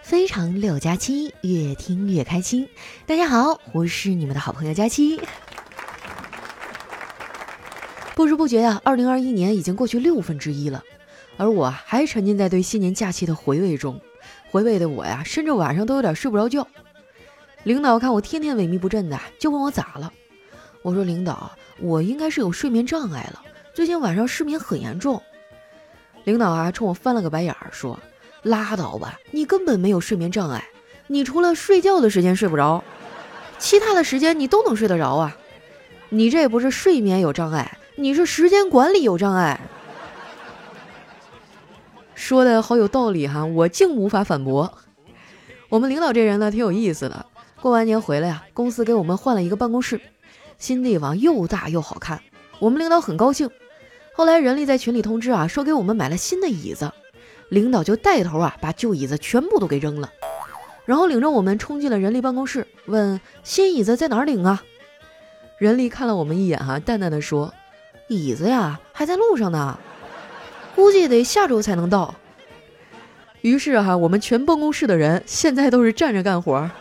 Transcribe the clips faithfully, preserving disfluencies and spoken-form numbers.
非常六加七，越听越开心。大家好，我是你们的好朋友佳期。不知不觉啊，二零二一年已经过去六分之一了，而我还沉浸在对新年假期的回味中，回味的我呀，甚至晚上都有点睡不着觉。领导看我天天萎靡不振的，就问我咋了。我说领导，我应该是有睡眠障碍了，最近晚上失眠很严重。领导啊，冲我翻了个白眼儿，说：拉倒吧，你根本没有睡眠障碍，你除了睡觉的时间睡不着，其他的时间你都能睡得着啊。你这不是睡眠有障碍，你是时间管理有障碍。说的好有道理哈，我竟无法反驳。我们领导这人呢，挺有意思的。过完年回来呀，公司给我们换了一个办公室，新地方又大又好看，我们领导很高兴。后来人力在群里通知啊，说给我们买了新的椅子，领导就带头啊，把旧椅子全部都给扔了，然后领着我们冲进了人力办公室，问新椅子在哪儿领啊？人力看了我们一眼哈、啊，淡淡的说：椅子呀，还在路上呢，估计得下周才能到。于是哈、啊，我们全办公室的人现在都是站着干活。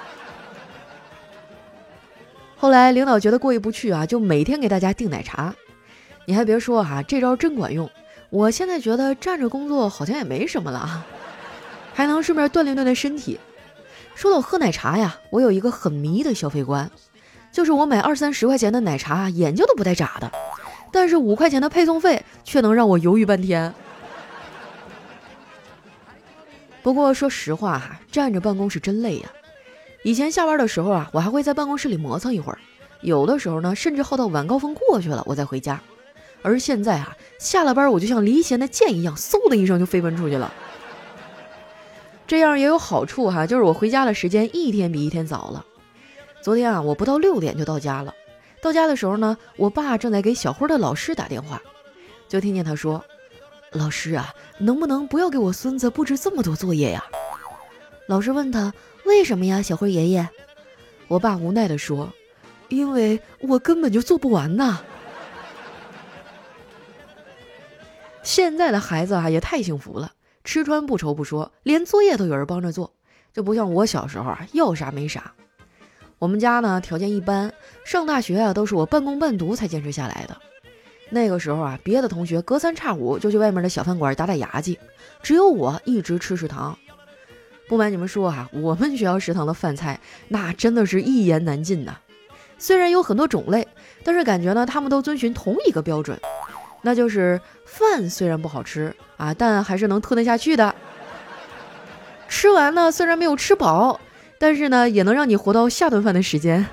后来领导觉得过意不去啊，就每天给大家订奶茶。你还别说哈、啊，这招真管用。我现在觉得站着工作好像也没什么了，还能顺便锻炼锻炼身体。说到喝奶茶呀，我有一个很迷的消费观，就是我买二三十块钱的奶茶，眼睛都不带眨的，但是五块钱的配送费却能让我犹豫半天。不过说实话哈，站着办公室真累呀。以前下班的时候啊，我还会在办公室里磨蹭一会儿，有的时候呢，甚至耗到晚高峰过去了，我再回家。而现在啊，下了班我就像离弦的箭一样，嗖的一声就飞奔出去了。这样也有好处哈，就是我回家的时间一天比一天早了。昨天啊，我不到六点就到家了。到家的时候呢，我爸正在给小辉的老师打电话，就听见他说：老师啊，能不能不要给我孙子布置这么多作业呀？老师问他：为什么呀，小辉爷爷？我爸无奈地说：因为我根本就做不完呐。现在的孩子啊，也太幸福了，吃穿不愁不说，连作业都有人帮着做，就不像我小时候啊，要啥没啥。我们家呢条件一般，上大学啊都是我半工半读才坚持下来的。那个时候啊，别的同学隔三差五就去外面的小饭馆打打牙祭，只有我一直吃食堂。不瞒你们说哈、啊，我们学校食堂的饭菜那真的是一言难尽呐。虽然有很多种类，但是感觉呢他们都遵循同一个标准，那就是饭虽然不好吃啊，但还是能吞得下去的。吃完呢，虽然没有吃饱，但是呢，也能让你活到下顿饭的时间。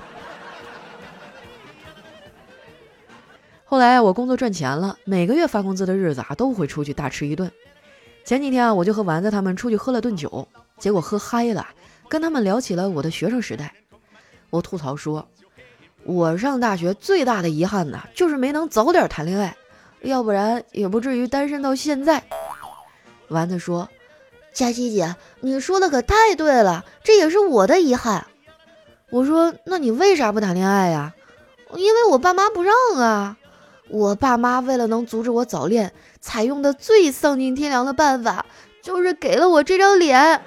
后来我工作赚钱了，每个月发工资的日子啊，都会出去大吃一顿。前几天啊，我就和丸子他们出去喝了顿酒，结果喝嗨了，跟他们聊起了我的学生时代。我吐槽说，我上大学最大的遗憾呢，就是没能早点谈恋爱。要不然也不至于单身到现在。丸子说：佳琪姐，你说的可太对了，这也是我的遗憾。我说：那你为啥不谈恋爱呀？因为我爸妈不让啊。我爸妈为了能阻止我早恋，采用的最丧尽天良的办法，就是给了我这张脸。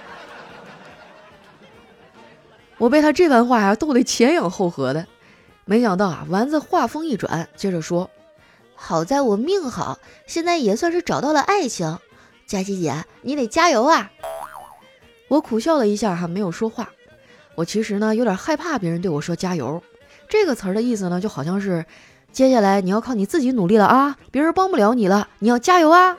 我被他这番话呀逗得前仰后合的。没想到啊，丸子话锋一转，接着说：好在我命好，现在也算是找到了爱情。佳琪姐，你得加油啊！我苦笑了一下，还没有说话。我其实呢，有点害怕别人对我说加油。这个词儿的意思呢，就好像是接下来你要靠你自己努力了啊，别人帮不了你了，你要加油啊！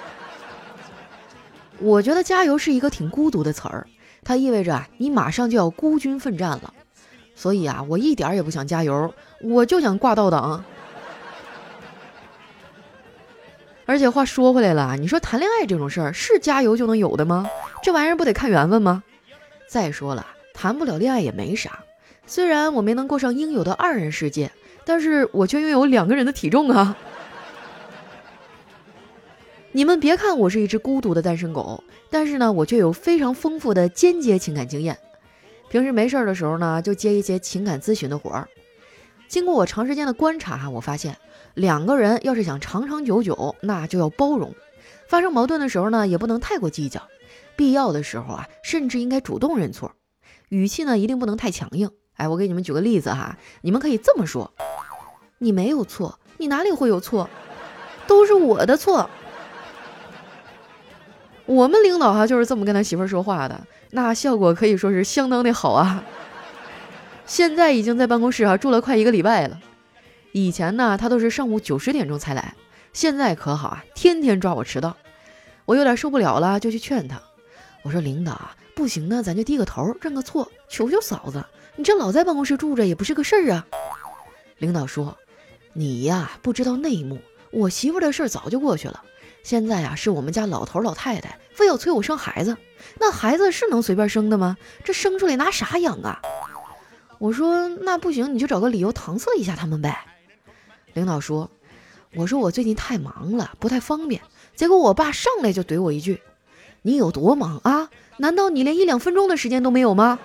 我觉得加油是一个挺孤独的词儿，它意味着啊，你马上就要孤军奋战了。所以啊，我一点也不想加油，我就想挂倒档。而且话说回来了，你说谈恋爱这种事儿是加油就能有的吗？这玩意儿不得看缘分吗？再说了，谈不了恋爱也没啥。虽然我没能过上应有的二人世界，但是我却拥有两个人的体重啊。你们别看我是一只孤独的单身狗，但是呢，我却有非常丰富的间接情感经验。平时没事的时候呢，就接一些情感咨询的活儿。经过我长时间的观察，我发现两个人要是想长长久久，那就要包容。 发生矛盾的时候呢，也不能太过计较，必要的时候啊，甚至应该主动认错，语气呢一定不能太强硬。哎，我给你们举个例子哈，你们可以这么说：你没有错，你哪里会有错？都是我的错。我们领导哈就是这么跟他媳妇儿说话的，那效果可以说是相当的好啊。现在已经在办公室啊住了快一个礼拜了。以前呢，他都是上午九十点钟才来，现在可好啊，天天抓我迟到。我有点受不了了，就去劝他。我说领导啊，不行呢，咱就低个头认个错，求求嫂子，你这老在办公室住着也不是个事儿啊。领导说，你呀不知道内幕，我媳妇的事儿早就过去了。现在啊，是我们家老头老太太非要催我生孩子，那孩子是能随便生的吗？这生出来拿啥养啊？我说那不行，你就找个理由搪塞一下他们呗。领导说，我说我最近太忙了，不太方便。结果我爸上来就怼我一句，你有多忙啊？难道你连一两分钟的时间都没有吗？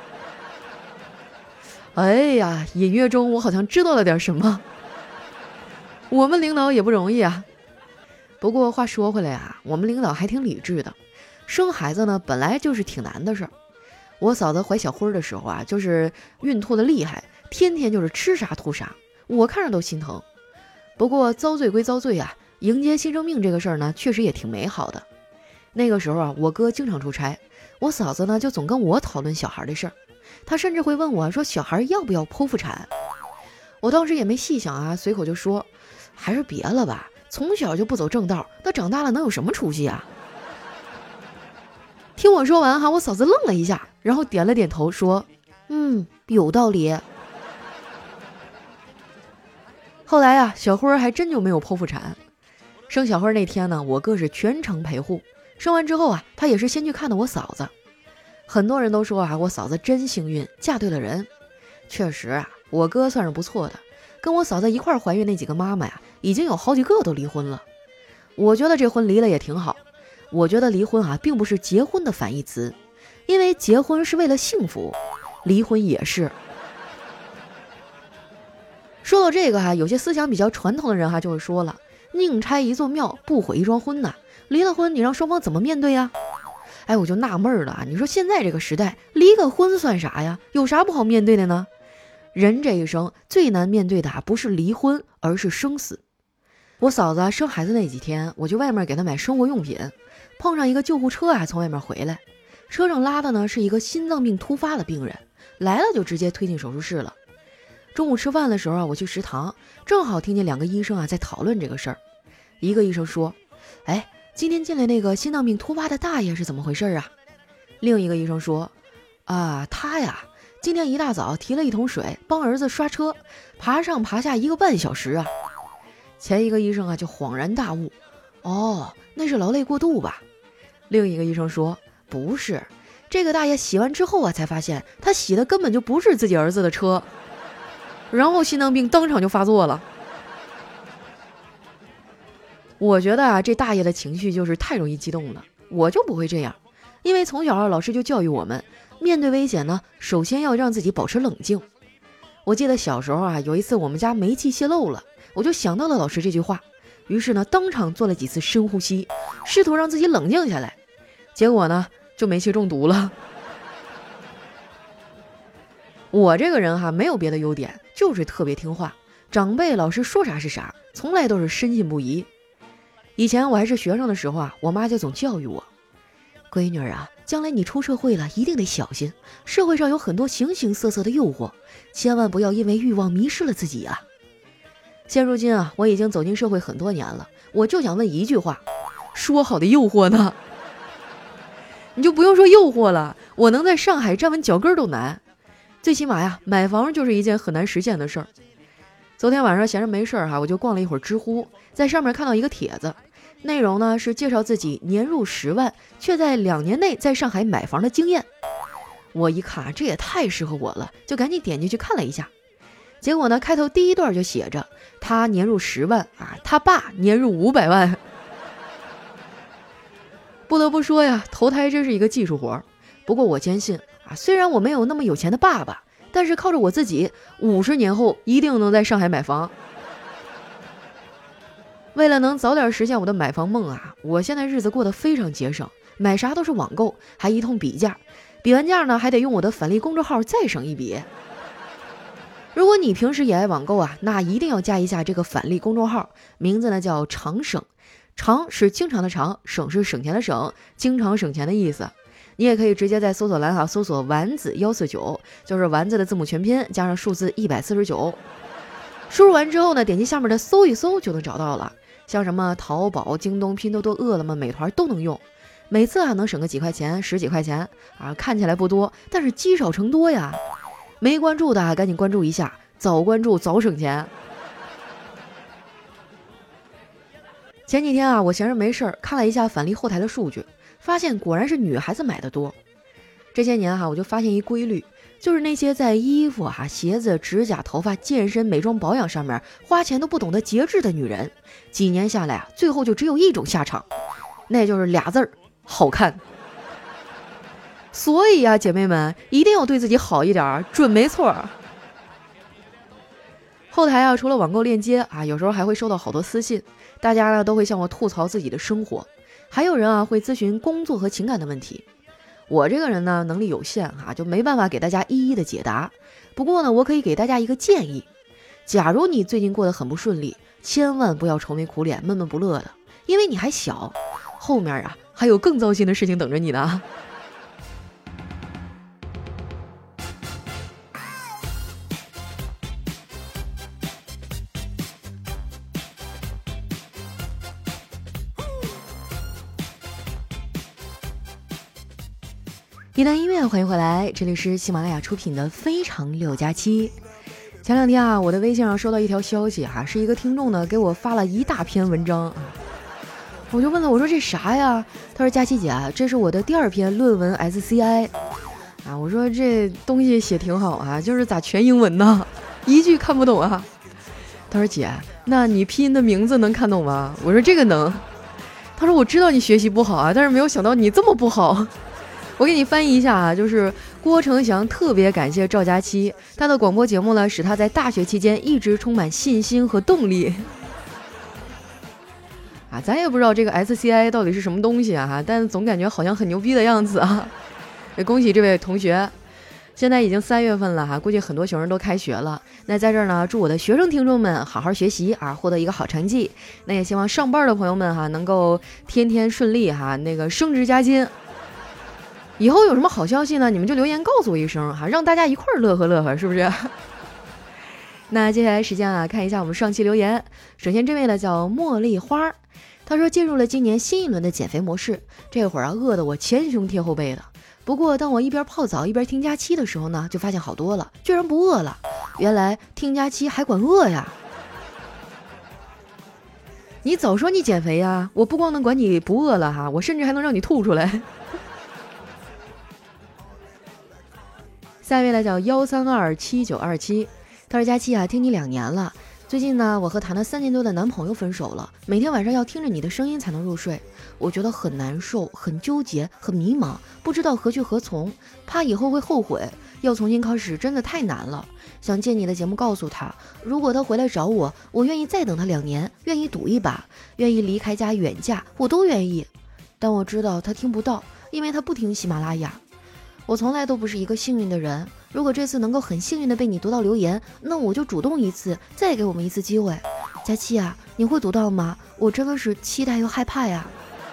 哎呀，隐约中我好像知道了点什么。我们领导也不容易啊。不过话说回来啊，我们领导还挺理智的。生孩子呢，本来就是挺难的事儿。我嫂子怀小辉的时候啊，就是孕吐的厉害，天天就是吃啥吐啥，我看着都心疼。不过遭罪归遭罪啊，迎接新生命这个事儿呢，确实也挺美好的。那个时候啊，我哥经常出差，我嫂子呢就总跟我讨论小孩的事儿，她甚至会问我说小孩要不要剖腹产。我当时也没细想啊，随口就说，还是别了吧，从小就不走正道，那长大了能有什么出息啊？听我说完哈，我嫂子愣了一下，然后点了点头说，嗯，有道理。后来啊，小辉还真就没有剖腹产。生小辉那天呢，我哥是全程陪护。生完之后啊，他也是先去看的我嫂子。很多人都说啊，我嫂子真幸运，嫁对了人。确实啊，我哥算是不错的，跟我嫂子一块儿怀孕那几个妈妈呀，已经有好几个都离婚了。我觉得这婚离了也挺好。我觉得离婚啊，并不是结婚的反义词，因为结婚是为了幸福，离婚也是。说到这个哈、啊，有些思想比较传统的人哈、啊、就会说了，宁拆一座庙，不毁一桩婚呐。离了婚，你让双方怎么面对呀？哎，我就纳闷了，你说现在这个时代，离个婚算啥呀？有啥不好面对的呢？人这一生最难面对的啊，不是离婚，而是生死。我嫂子生孩子那几天，我去外面给她买生活用品，碰上一个救护车啊，从外面回来，车上拉的呢是一个心脏病突发的病人，来了就直接推进手术室了。中午吃饭的时候啊，我去食堂，正好听见两个医生啊在讨论这个事儿。一个医生说，哎，今天进来那个心脏病突发的大爷是怎么回事啊？另一个医生说，啊，他呀，今天一大早提了一桶水帮儿子刷车，爬上爬下一个半小时啊。前一个医生啊就恍然大悟，哦，那是劳累过度吧？另一个医生说，不是，这个大爷洗完之后啊才发现他洗的根本就不是自己儿子的车，然后心脏病当场就发作了。我觉得啊，这大爷的情绪就是太容易激动了，我就不会这样，因为从小啊老师就教育我们，面对危险呢，首先要让自己保持冷静。我记得小时候啊，有一次我们家煤气泄漏了，我就想到了老师这句话，于是呢，当场做了几次深呼吸，试图让自己冷静下来，结果呢，就煤气中毒了。我这个人哈，没有别的优点，就是特别听话，长辈老师说啥是啥，从来都是深信不疑。以前我还是学生的时候啊，我妈就总教育我，闺女啊，将来你出社会了一定得小心，社会上有很多形形色色的诱惑，千万不要因为欲望迷失了自己啊。现如今啊，我已经走进社会很多年了，我就想问一句话，说好的诱惑呢？你就不用说诱惑了，我能在上海站稳脚跟都难，最起码呀，买房就是一件很难实现的事儿。昨天晚上闲着没事儿哈，我就逛了一会儿知乎，在上面看到一个帖子，内容呢是介绍自己年入十万，却在两年内在上海买房的经验。我一看这也太适合我了，就赶紧点进去看了一下。结果呢，开头第一段就写着他年入十万啊，他爸年入五百万。不得不说呀，投胎真是一个技术活。不过我坚信啊，虽然我没有那么有钱的爸爸，但是靠着我自己，五十年后一定能在上海买房。 为了能早点实现我的买房梦啊，我现在日子过得非常节省，买啥都是网购，还一通比价，比完价呢还得用我的返利公众号再省一笔。如果你平时也爱网购啊，那一定要加一下这个返利公众号，名字呢叫常省，常是经常的常，省是省钱的省，经常省钱的意思。你也可以直接在搜索栏哈搜索丸子一四九，就是丸子的字母全拼加上数字一百四十九。输入完之后呢，点击下面的搜一搜就能找到了，像什么淘宝、京东、拼多多、饿了么、美团都能用。每次还能省个几块钱、十几块钱啊，看起来不多，但是积少成多呀。没关注的赶紧关注一下，早关注早省钱。前几天啊，我闲着没事儿看了一下返利后台的数据，发现果然是女孩子买的多。这些年哈、啊，我就发现一规律，就是那些在衣服啊、鞋子、指甲、头发、健身、美妆保养上面花钱都不懂得节制的女人，几年下来啊，最后就只有一种下场，那就是俩字儿：好看。所以啊，姐妹们一定要对自己好一点，准没错。后台啊，除了网购链接啊，有时候还会收到好多私信，大家呢都会向我吐槽自己的生活，还有人啊会咨询工作和情感的问题。我这个人呢能力有限哈、啊，就没办法给大家一一的解答。不过呢，我可以给大家一个建议：假如你最近过得很不顺利，千万不要愁眉苦脸、闷闷不乐的，因为你还小，后面啊还有更糟心的事情等着你呢。一段音乐，欢迎回来，这里是喜马拉雅出品的《非常六加七》。前两天啊，我的微信上收到一条消息哈、啊，是一个听众呢给我发了一大篇文章，我就问了，我说这啥呀？他说佳琪姐，这是我的第二篇论文 S C I 啊。我说这东西写挺好啊，就是咋全英文呢？一句看不懂啊。他说姐，那你拼音的名字能看懂吗？我说这个能。他说我知道你学习不好啊，但是没有想到你这么不好。我给你翻译一下啊，就是郭成祥特别感谢赵佳期，他的广播节目呢，使他在大学期间一直充满信心和动力。啊，咱也不知道这个 S C I 到底是什么东西啊，但总感觉好像很牛逼的样子啊。也恭喜这位同学，现在已经三月份了哈、啊，估计很多学生都开学了。那在这儿呢，祝我的学生听众们好好学习啊，获得一个好成绩。那也希望上班的朋友们哈、啊，能够天天顺利哈、啊，那个升职加薪。以后有什么好消息呢，你们就留言告诉我一声哈，让大家一块儿乐呵乐呵，是不是？那接下来时间啊，看一下我们上期留言。首先这位呢叫茉莉花，他说进入了今年新一轮的减肥模式，这会儿啊饿得我前胸贴后背的。不过当我一边泡澡一边听佳期的时候呢，就发现好多了，居然不饿了。原来听佳期还管饿呀！你早说你减肥呀，我不光能管你不饿了哈，我甚至还能让你吐出来。下一位呢叫幺三二七九二七，他说佳期啊，听你两年了，最近呢，我和谈了三年多的男朋友分手了，每天晚上要听着你的声音才能入睡，我觉得很难受，很纠结，很迷茫，不知道何去何从，怕以后会后悔，要重新开始真的太难了。想借你的节目告诉他，如果他回来找我，我愿意再等他两年，愿意赌一把，愿意离开家远嫁，我都愿意。但我知道他听不到，因为他不听喜马拉雅。我从来都不是一个幸运的人，如果这次能够很幸运的被你读到留言，那我就主动一次，再给我们一次机会。佳期啊，你会读到吗？我真的是期待又害怕呀。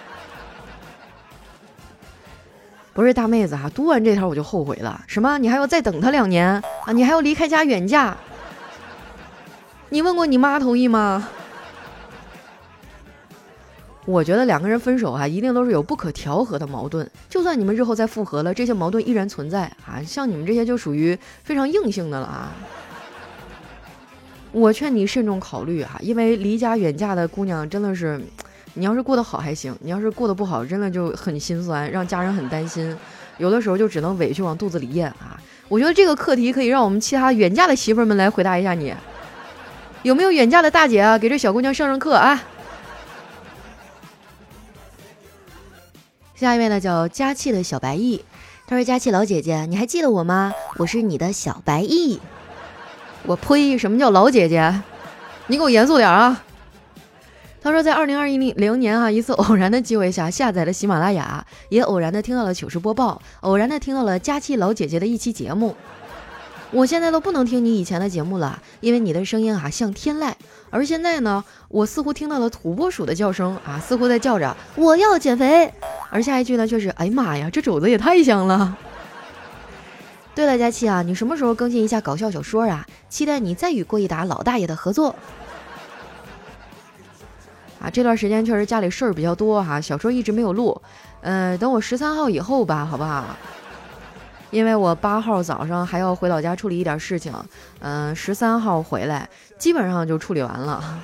不是大妹子啊，读完这条我就后悔了。什么？你还要再等他两年啊？你还要离开家远嫁？你问过你妈同意吗？我觉得两个人分手啊，一定都是有不可调和的矛盾。就算你们日后再复合了，这些矛盾依然存在啊。像你们这些就属于非常硬性的了啊。我劝你慎重考虑啊，因为离家远嫁的姑娘真的是，你要是过得好还行，你要是过得不好，真的就很心酸，让家人很担心。有的时候就只能委屈往肚子里咽啊。我觉得这个课题可以让我们其他远嫁的媳妇们来回答一下你，有没有远嫁的大姐啊？给这小姑娘上上课啊。下一位呢叫佳期的小白翼，他说佳期老姐姐，你还记得我吗？我是你的小白翼。我呸，什么叫老姐姐？你给我严肃点啊！ 他说在二零二零年啊，一次偶然的机会下下载了喜马拉雅，也偶然的听到了糗事播报，偶然的听到了佳期老姐姐的一期节目。我现在都不能听你以前的节目了，因为你的声音啊像天籁。而现在呢，我似乎听到了土拨鼠的叫声啊，似乎在叫着我要减肥。而下一句呢却是哎呀妈呀，这肘子也太香了。对了，佳期啊，你什么时候更新一下搞笑小说啊？期待你再与郭一达老大爷的合作。啊，这段时间确实家里事儿比较多哈、啊，小说一直没有录，呃，等我十三号以后吧，好不好？因为我八号早上还要回老家处理一点事情，嗯、呃，十三号回来，基本上就处理完了。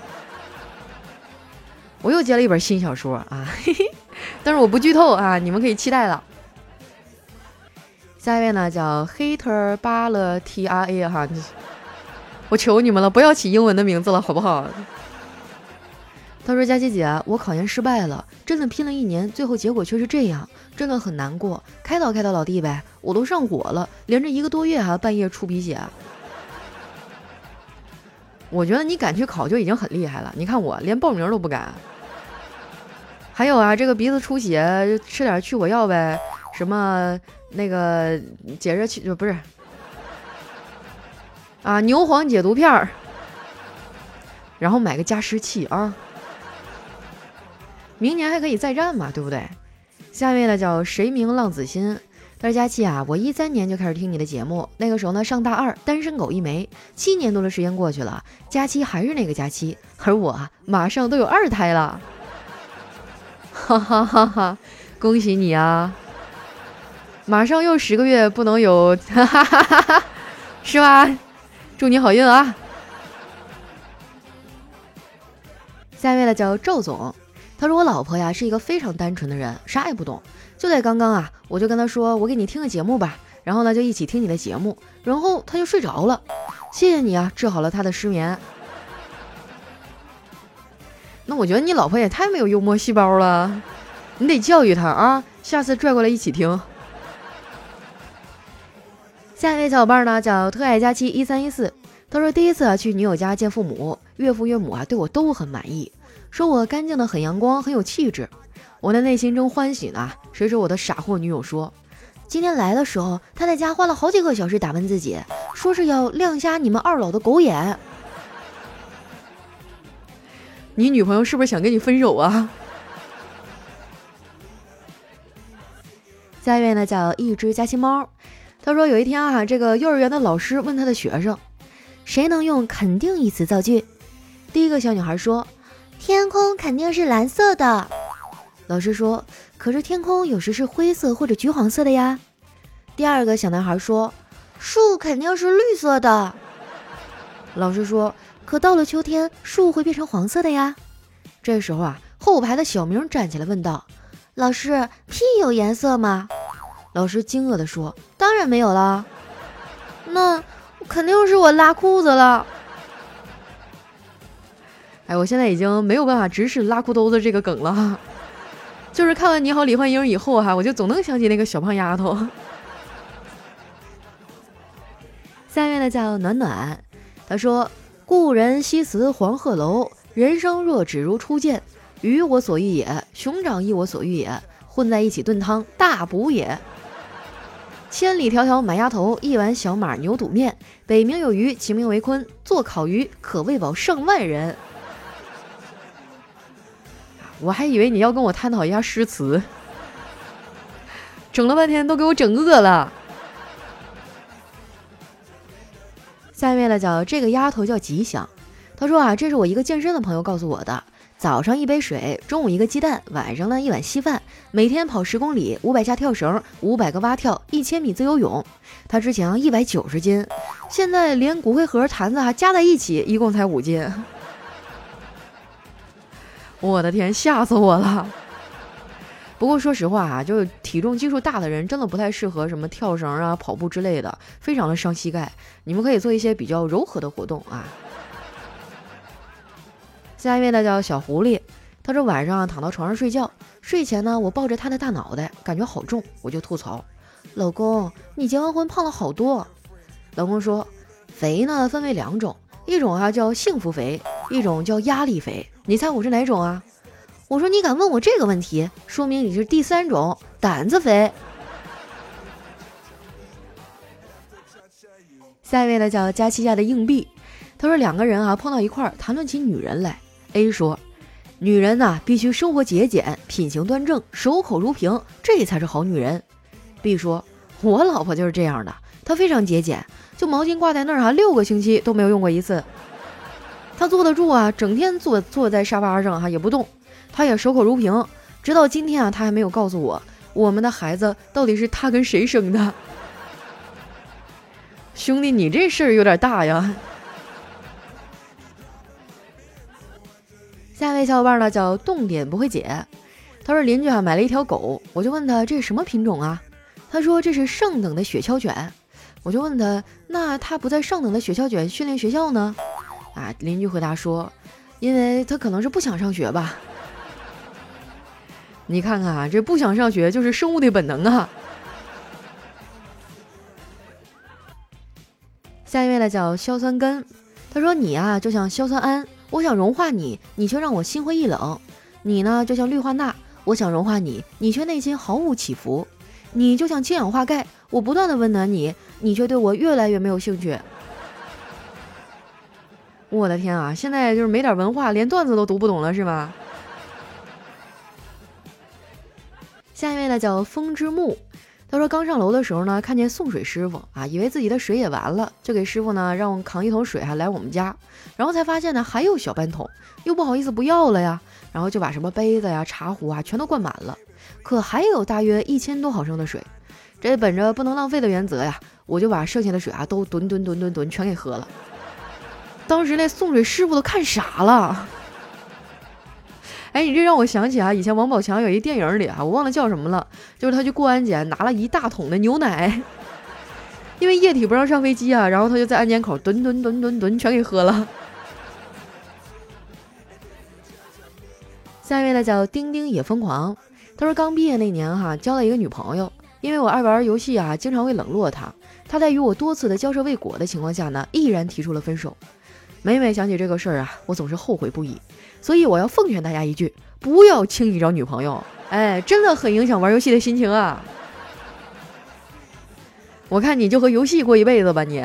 我又接了一本新小说啊，嘿嘿，但是我不剧透啊，你们可以期待了。下一位呢叫 Hater 巴勒 T R A 哈，我求你们了，不要起英文的名字了，好不好？他说：“佳琪姐，我考研失败了，真的拼了一年，最后结果却是这样，真的很难过。开导开导老弟呗，我都上火了，连着一个多月还、啊、半夜出鼻血。我觉得你敢去考就已经很厉害了，你看我连报名都不敢。还有啊，这个鼻子出血，吃点去火药呗，什么那个解热气不是啊，牛黄解毒片儿，然后买个加湿器啊。”明年还可以再战嘛，对不对？下一位呢叫谁名浪子心，他说佳期啊，我一三年就开始听你的节目，那个时候呢上大二，单身狗一枚，七年多的时间过去了，佳期还是那个佳期，而我啊马上都有二胎了，哈哈哈哈！恭喜你啊，马上又十个月不能有，哈哈哈哈，是吧？祝你好运啊！下一位呢叫赵总。他说我老婆呀是一个非常单纯的人，啥也不懂。就在刚刚啊，我就跟他说我给你听个节目吧，然后呢就一起听你的节目，然后他就睡着了。谢谢你啊，治好了他的失眠。那我觉得你老婆也太没有幽默细胞了，你得教育他啊，下次拽过来一起听。下一位小伙伴呢叫特爱佳期一三一四，他说第一次啊去女友家见父母，岳父岳母啊对我都很满意。说我干净的很阳光，很有气质，我的内心正欢喜呢。谁知我的傻货女友说，今天来的时候，她在家花了好几个小时打扮自己，说是要亮瞎你们二老的狗眼。你女朋友是不是想跟你分手啊？下一位呢叫一只家亲猫，他说有一天啊，这个幼儿园的老师问他的学生，谁能用肯定一词造句？第一个小女孩说，天空肯定是蓝色的。老师说，可是天空有时是灰色或者橘黄色的呀。第二个小男孩说，树肯定是绿色的。老师说，可到了秋天树会变成黄色的呀。这时候啊，后排的小明站起来问道，老师，屁有颜色吗？老师惊愕地说，当然没有了。那肯定是我拉裤子了。哎，我现在已经没有办法直视拉裤兜子这个梗了哈，就是看完《你好，李焕英》以后哈，我就总能想起那个小胖丫头。下面呢叫暖暖，他说：“故人西辞黄鹤楼，人生若只如初见。鱼我所欲也，熊掌亦我所欲也，混在一起炖汤，大补也。千里迢迢买鸭头，一碗小马牛肚面。北冥有鱼，其名为鲲，做烤鱼可喂饱上万人。”我还以为你要跟我探讨一下诗词，整了半天都给我整饿了。下面呢叫这个丫头叫吉祥，她说啊，这是我一个健身的朋友告诉我的，早上一杯水，中午一个鸡蛋，晚上呢一碗稀饭，每天跑十公里，五百下跳绳，五百个蛙跳，一千米自由泳。她之前啊一百九十斤，现在连骨灰盒坛子啊加在一起，一共才五斤。我的天，吓死我了！不过说实话啊，就是体重基数大的人真的不太适合什么跳绳啊、跑步之类的，非常的伤膝盖。你们可以做一些比较柔和的活动啊。下一位呢叫小狐狸，他说晚上躺到床上睡觉，睡前呢我抱着他的大脑袋，感觉好重，我就吐槽：“老公，你结完婚胖了好多。”老公说：“肥呢分为两种，一种啊叫幸福肥，一种叫压力肥。 你猜我是哪种啊？我说你敢问我这个问题，说明你是第三种，胆子肥。下一位呢叫佳期家的硬币，他说两个人啊碰到一块儿谈论起女人来。 A 说，女人呐、啊、必须生活节俭，品行端正，守口如瓶，这才是好女人。 B 说，我老婆就是这样的，她非常节俭，就毛巾挂在那儿啊，六个星期都没有用过一次。她坐得住啊，整天坐坐在沙发上哈、啊、也不动。她也守口如瓶，直到今天啊，她还没有告诉我，我们的孩子到底是她跟谁生的。兄弟，你这事儿有点大呀。下一位小伙伴呢叫动点不会解，他说邻居啊买了一条狗，我就问他这是什么品种啊？他说这是上等的雪橇犬。我就问他，那他不在上等的雪橇犬训练学校呢？啊，邻居回答说，因为他可能是不想上学吧。你看看啊，这不想上学就是生物的本能啊。下一位呢叫硝酸根，他说你啊就像硝酸铵，我想融化你，你却让我心灰意冷。你呢就像氯化钠，我想融化你，你却内心毫无起伏。你就像氢氧化钙，我不断的温暖你，你却对我越来越没有兴趣。我的天啊，现在就是没点文化，连段子都读不懂了是吧？下一位呢叫风之木，他说刚上楼的时候呢，看见送水师傅啊，以为自己的水也完了，就给师傅呢让我扛一桶水还来我们家，然后才发现呢还有小半桶，又不好意思不要了呀，然后就把什么杯子呀、茶壶啊全都灌满了，可还有大约一千多毫升的水。这本着不能浪费的原则呀，我就把剩下的水啊都吨吨吨吨吨全给喝了。当时那送水师傅都看傻了。哎，你这让我想起啊，以前王宝强有一电影里啊，我忘了叫什么了，就是他去过安检拿了一大桶的牛奶，因为液体不让上飞机啊，然后他就在安检口吨吨吨吨吨全给喝了。下一位呢叫丁丁也疯狂，他说刚毕业那年哈、啊，交了一个女朋友，因为我爱玩游戏啊，经常会冷落她，她在与我多次的交涉未果的情况下呢，毅然提出了分手。每每想起这个事儿啊，我总是后悔不已。所以我要奉劝大家一句，不要轻易找女朋友，哎，真的很影响玩游戏的心情啊。我看你就和游戏过一辈子吧你。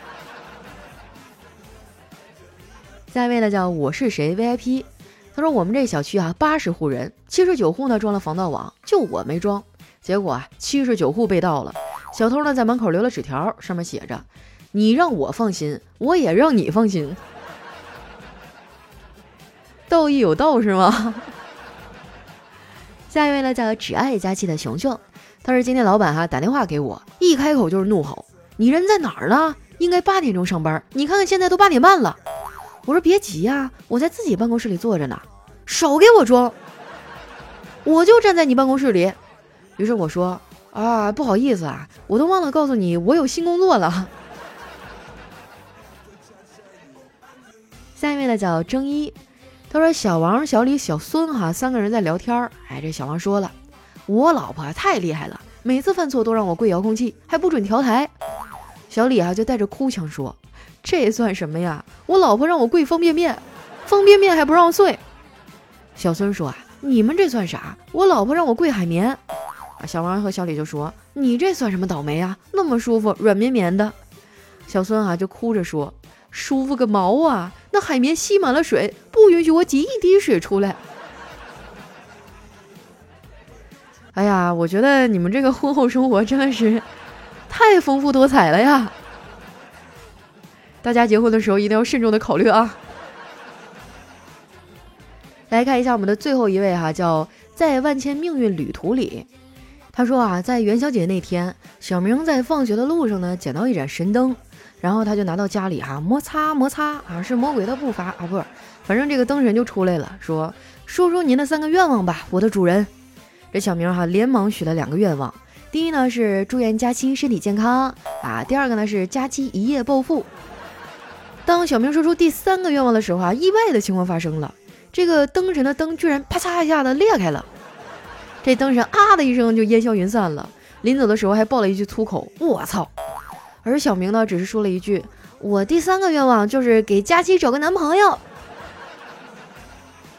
下一位呢叫我是谁 V I P， 他说我们这小区啊八十户人，七十九户呢装了防盗网，就我没装，结果啊七十九户被盗了。小偷呢在门口留了纸条，上面写着，你让我放心，我也让你放心。道义有道是吗？下一位呢叫只爱佳期的熊熊，他说今天老板哈、啊、打电话给我，一开口就是怒吼，你人在哪儿呢？应该八点钟上班，你看看现在都八点半了。我说别急呀、啊，我在自己办公室里坐着呢。少给我装，我就站在你办公室里。于是我说啊，不好意思啊，我都忘了告诉你我有新工作了。下一位呢叫征一，他说小王、小李、小孙哈三个人在聊天，哎，这小王说了，我老婆太厉害了，每次犯错都让我跪遥控器，还不准调台。小李啊就带着哭腔说，这算什么呀？我老婆让我跪方便面，方便面还不让碎。小孙说啊，你们这算啥？我老婆让我跪海绵。啊，小王和小李就说，你这算什么倒霉啊？那么舒服，软绵绵的。小孙啊就哭着说，舒服个毛啊！那海绵吸满了水，不允许我挤一滴水出来。哎呀，我觉得你们这个婚后生活真的是太丰富多彩了呀！大家结婚的时候一定要慎重的考虑啊！来看一下我们的最后一位哈、啊，叫在万千命运旅途里。他说啊，在元宵节那天，小明在放学的路上呢，捡到一盏神灯。然后他就拿到家里哈、啊，摩擦摩擦啊，是魔鬼的步伐啊，不是，反正这个灯神就出来了，说说说您的三个愿望吧，我的主人。这小明哈、啊、连忙许了两个愿望，第一呢是祝愿佳期身体健康啊，第二个呢是佳期一夜暴富。当小明说出第三个愿望的时候啊，意外的情况发生了，这个灯神的灯居然啪嚓一下子裂开了，这灯神啊的一声就烟消云散了，临走的时候还爆了一句粗口，我操！而小明呢，只是说了一句：“我第三个愿望就是给佳期找个男朋友。”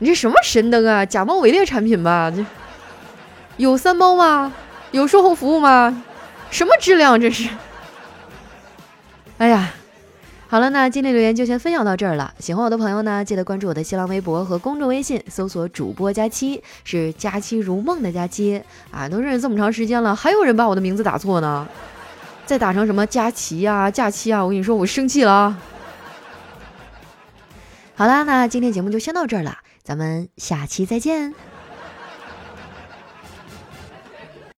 你这什么神灯啊？假冒伪劣产品吧？这有三包吗？有售后服务吗？什么质量这是？哎呀，好了，那今天留言就先分享到这儿了。喜欢我的朋友呢，记得关注我的新浪微博和公众微信，搜索主播佳期，是佳期如梦的佳期啊。都认识这么长时间了，还有人把我的名字打错呢，再打成什么佳琪啊、假期啊，我跟你说，我生气了啊。好啦，那今天节目就先到这儿了，咱们下期再见。